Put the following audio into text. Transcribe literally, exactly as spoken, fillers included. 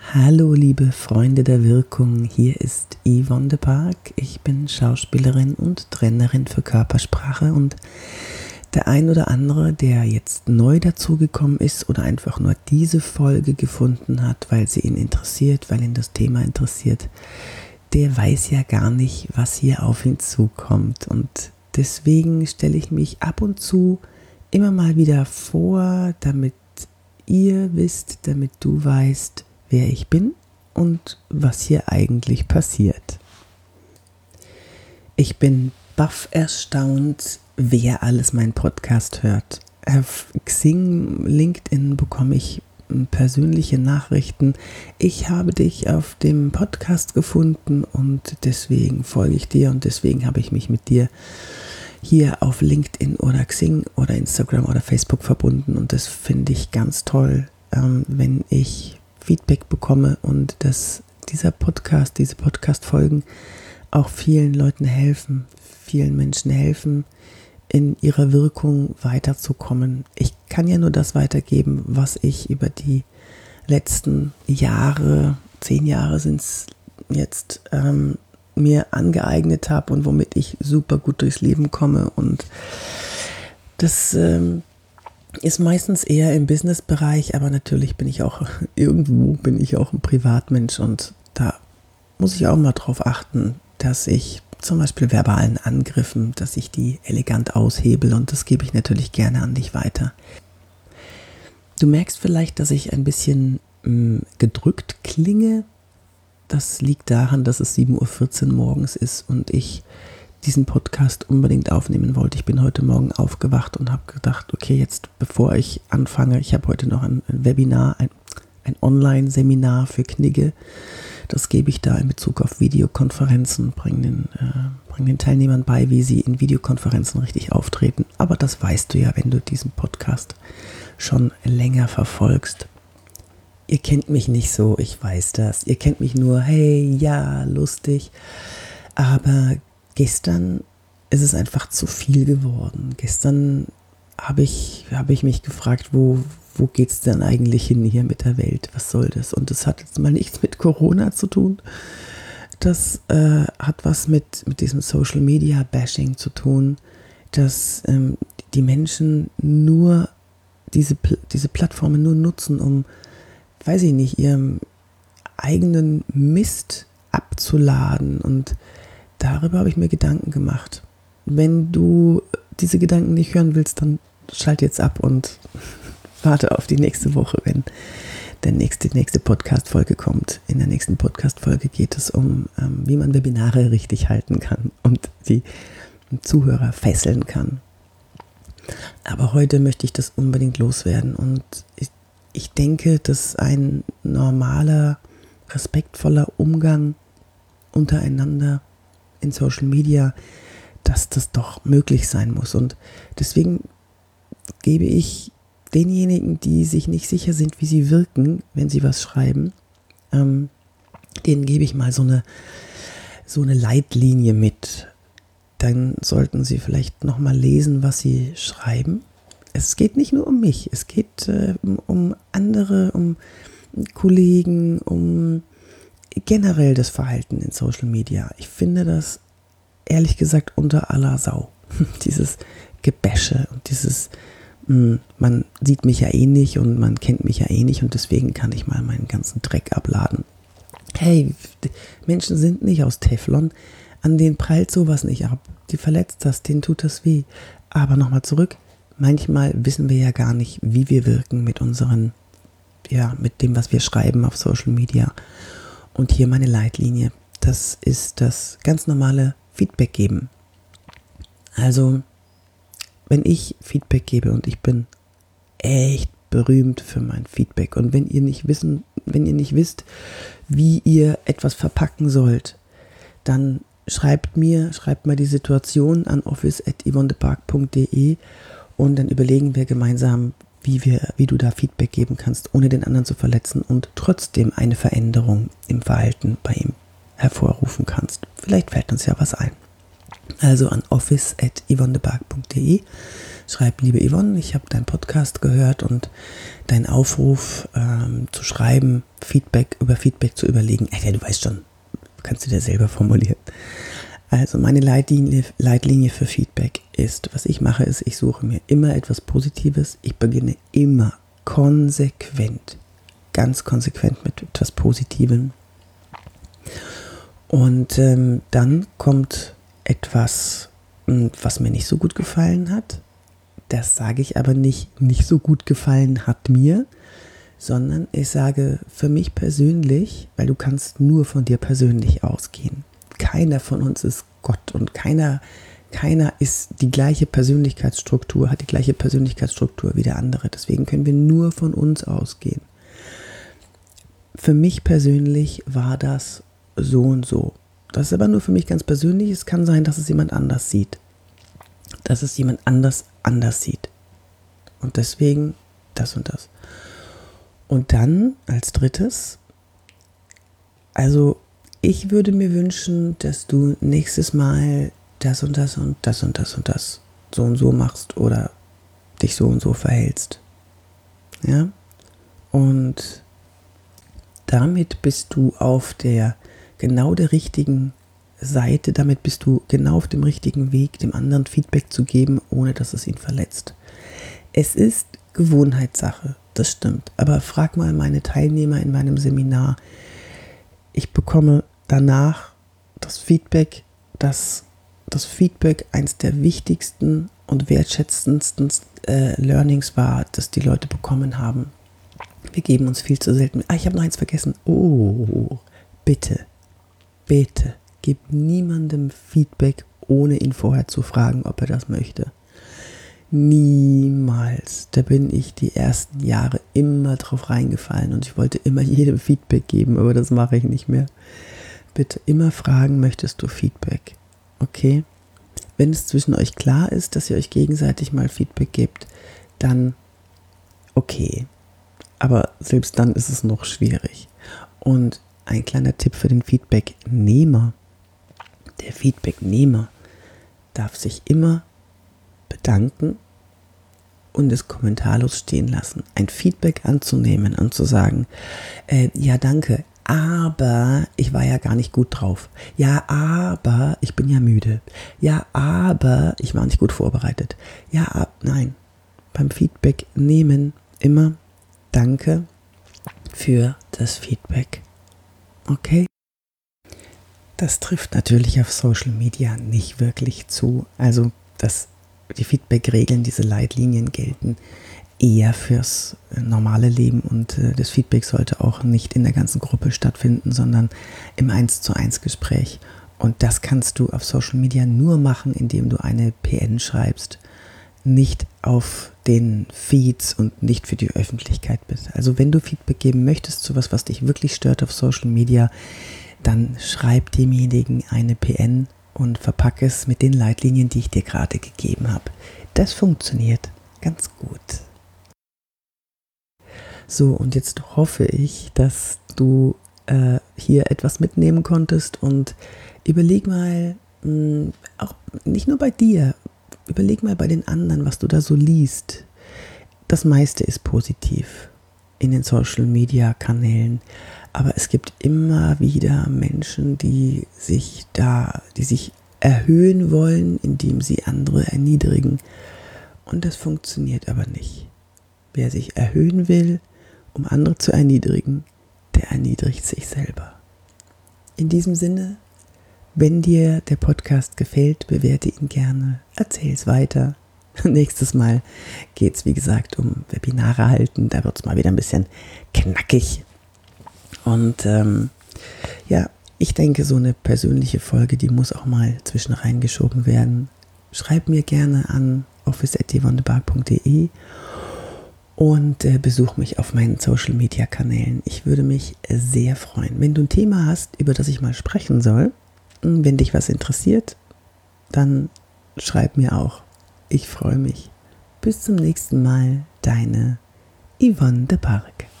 Hallo liebe Freunde der Wirkung, hier ist Yvonne de Park. Ich bin Schauspielerin und Trainerin für Körpersprache und der ein oder andere, der jetzt neu dazugekommen ist oder einfach nur diese Folge gefunden hat, weil sie ihn interessiert, weil ihn das Thema interessiert, der weiß ja gar nicht, was hier auf ihn zukommt. Und deswegen stelle ich mich ab und zu immer mal wieder vor, damit ihr wisst, damit du weißt, wer ich bin und was hier eigentlich passiert. Ich bin baff erstaunt, wer alles meinen Podcast hört. Auf Xing, LinkedIn bekomme ich persönliche Nachrichten. Ich habe dich auf dem Podcast gefunden und deswegen folge ich dir und deswegen habe ich mich mit dir hier auf LinkedIn oder Xing oder Instagram oder Facebook verbunden und das finde ich ganz toll, ähm, wenn ich Feedback bekomme und dass dieser Podcast, diese Podcast-Folgen auch vielen Leuten helfen, vielen Menschen helfen, in ihrer Wirkung weiterzukommen. Ich kann ja nur das weitergeben, was ich über die letzten Jahre, zehn Jahre sind es jetzt, ähm, mir angeeignet habe und womit ich super gut durchs Leben komme. Und das ähm, ist meistens eher im Businessbereich, aber natürlich bin ich auch, irgendwo bin ich auch ein Privatmensch und da muss ich auch mal drauf achten, dass ich zum Beispiel verbalen Angriffen, dass ich die elegant aushebel und das gebe ich natürlich gerne an dich weiter. Du merkst vielleicht, dass ich ein bisschen mh, gedrückt klinge. Das liegt daran, dass es sieben Uhr vierzehn morgens ist und ich diesen Podcast unbedingt aufnehmen wollte. Ich bin heute Morgen aufgewacht und habe gedacht, okay, jetzt bevor ich anfange, ich habe heute noch ein, ein Webinar, ein, ein Online-Seminar für Knigge. Das gebe ich da in Bezug auf Videokonferenzen, bringe den, äh, bring den Teilnehmern bei, wie sie in Videokonferenzen richtig auftreten. Aber das weißt du ja, wenn du diesen Podcast schon länger verfolgst. Ihr kennt mich nicht so, ich weiß das. Ihr kennt mich nur, hey, ja, lustig. Aber gestern ist es einfach zu viel geworden. Gestern habe ich, hab ich mich gefragt, wo, wo geht es denn eigentlich hin hier mit der Welt? Was soll das? Und das hat jetzt mal nichts mit Corona zu tun. Das äh, hat was mit, mit diesem Social Media Bashing zu tun, dass ähm, die Menschen nur diese, diese Plattformen nur nutzen, um, weiß ich nicht, ihrem eigenen Mist abzuladen. Und darüber habe ich mir Gedanken gemacht. Wenn du diese Gedanken nicht hören willst, dann schalt jetzt ab und warte auf die nächste Woche, wenn der nächste, die nächste Podcast-Folge kommt. In der nächsten Podcast-Folge geht es um, ähm, wie man Webinare richtig halten kann und die Zuhörer fesseln kann. Aber heute möchte ich das unbedingt loswerden und ich, ich denke, dass ein normaler, respektvoller Umgang untereinander in Social Media, dass das doch möglich sein muss. Und deswegen gebe ich denjenigen, die sich nicht sicher sind, wie sie wirken, wenn sie was schreiben, ähm, denen gebe ich mal so eine, so eine Leitlinie mit. Dann sollten sie vielleicht nochmal lesen, was sie schreiben. Es geht nicht nur um mich, es geht äh, um andere, um Kollegen, um generell das Verhalten in Social Media. Ich finde das ehrlich gesagt unter aller Sau. Dieses Gebäsche und dieses, mh, man sieht mich ja eh nicht und man kennt mich ja eh nicht und deswegen kann ich mal meinen ganzen Dreck abladen. Hey, Menschen sind nicht aus Teflon, an denen prallt sowas nicht ab. Die verletzt das, denen tut das weh. Aber nochmal zurück, manchmal wissen wir ja gar nicht, wie wir wirken mit unseren, ja, mit dem, was wir schreiben auf Social Media. Und hier meine Leitlinie, das ist das ganz normale Feedback geben. Also, wenn ich Feedback gebe und ich bin echt berühmt für mein Feedback und wenn ihr nicht wissen, wenn ihr nicht wisst, wie ihr etwas verpacken sollt, dann schreibt mir, schreibt mal die Situation an office at yvonnedepark punkt de und dann überlegen wir gemeinsam, wie wir, wie du da Feedback geben kannst, ohne den anderen zu verletzen und trotzdem eine Veränderung im Verhalten bei ihm hervorrufen kannst. Vielleicht fällt uns ja was ein. Also an office at yvonnebark punkt de. Schreib, liebe Yvonne, ich habe deinen Podcast gehört und deinen Aufruf ähm, zu schreiben, Feedback über Feedback zu überlegen. Ey, ja, du weißt schon, kannst du dir selber formulieren. Also meine Leitlinie, Leitlinie für Feedback ist, was ich mache, ist, ich suche mir immer etwas Positives. Ich beginne immer konsequent, ganz konsequent mit etwas Positivem. Und ähm, dann kommt etwas, was mir nicht so gut gefallen hat. Das sage ich aber nicht, nicht so gut gefallen hat mir, sondern ich sage für mich persönlich, weil du kannst nur von dir persönlich ausgehen. Keiner von uns ist Gott und keiner, keiner ist die gleiche Persönlichkeitsstruktur, hat die gleiche Persönlichkeitsstruktur wie der andere. Deswegen können wir nur von uns ausgehen. Für mich persönlich war das so und so. Das ist aber nur für mich ganz persönlich. Es kann sein, dass es jemand anders sieht. Dass es jemand anders anders sieht. Und deswegen das und das. Und dann als drittes, also ich würde mir wünschen, dass du nächstes Mal das und das und das und das und das so und so machst oder dich so und so verhältst. Ja? Und damit bist du auf der genau der richtigen Seite, damit bist du genau auf dem richtigen Weg, dem anderen Feedback zu geben, ohne dass es ihn verletzt. Es ist Gewohnheitssache, das stimmt. Aber frag mal meine Teilnehmer in meinem Seminar. Ich bekomme danach das Feedback, dass das Feedback eines der wichtigsten und wertschätzendsten äh, Learnings war, das die Leute bekommen haben. Wir geben uns viel zu selten. Ah, ich habe noch eins vergessen. Oh, bitte, bitte. Gib niemandem Feedback, ohne ihn vorher zu fragen, ob er das möchte. Niemals. Da bin ich die ersten Jahre immer drauf reingefallen und ich wollte immer jedem Feedback geben, aber das mache ich nicht mehr. Bitte immer fragen, möchtest du Feedback? Okay? Wenn es zwischen euch klar ist, dass ihr euch gegenseitig mal Feedback gebt, dann okay. Aber selbst dann ist es noch schwierig. Und ein kleiner Tipp für den Feedbacknehmer. Der Feedbacknehmer darf sich immer bedanken und es kommentarlos stehen lassen. Ein Feedback anzunehmen und zu sagen, äh, ja danke, aber ich war ja gar nicht gut drauf. Ja, aber ich bin ja müde. Ja, aber ich war nicht gut vorbereitet. Ja, ab, nein. Beim Feedback nehmen immer danke für das Feedback. Okay? Das trifft natürlich auf Social Media nicht wirklich zu. Also das, die Feedback-Regeln, diese Leitlinien gelten eher fürs normale Leben und äh, das Feedback sollte auch nicht in der ganzen Gruppe stattfinden, sondern im eins zu eins Gespräch. Und das kannst du auf Social Media nur machen, indem du eine P N schreibst, nicht auf den Feeds und nicht für die Öffentlichkeit bist. Also wenn du Feedback geben möchtest zu was, was dich wirklich stört auf Social Media, dann schreib demjenigen eine P N und verpacke es mit den Leitlinien, die ich dir gerade gegeben habe. Das funktioniert ganz gut. So, und jetzt hoffe ich, dass du äh, hier etwas mitnehmen konntest und überleg mal, mh, auch nicht nur bei dir, überleg mal bei den anderen, was du da so liest. Das meiste ist positiv in den Social-Media-Kanälen. Aber es gibt immer wieder Menschen, die sich da, die sich erhöhen wollen, indem sie andere erniedrigen. Und das funktioniert aber nicht. Wer sich erhöhen will, um andere zu erniedrigen, der erniedrigt sich selber. In diesem Sinne, wenn dir der Podcast gefällt, bewerte ihn gerne, erzähl es weiter. Nächstes Mal geht es, wie gesagt, um Webinare halten. Da wird es mal wieder ein bisschen knackig. Und ähm, ja, ich denke, so eine persönliche Folge, die muss auch mal zwischen reingeschoben werden. Schreib mir gerne an office at yvonnebark punkt de und äh, besuch mich auf meinen Social Media Kanälen. Ich würde mich sehr freuen. Wenn du ein Thema hast, über das ich mal sprechen soll, wenn dich was interessiert, dann schreib mir auch. Ich freue mich. Bis zum nächsten Mal, deine Yvonne de Bark.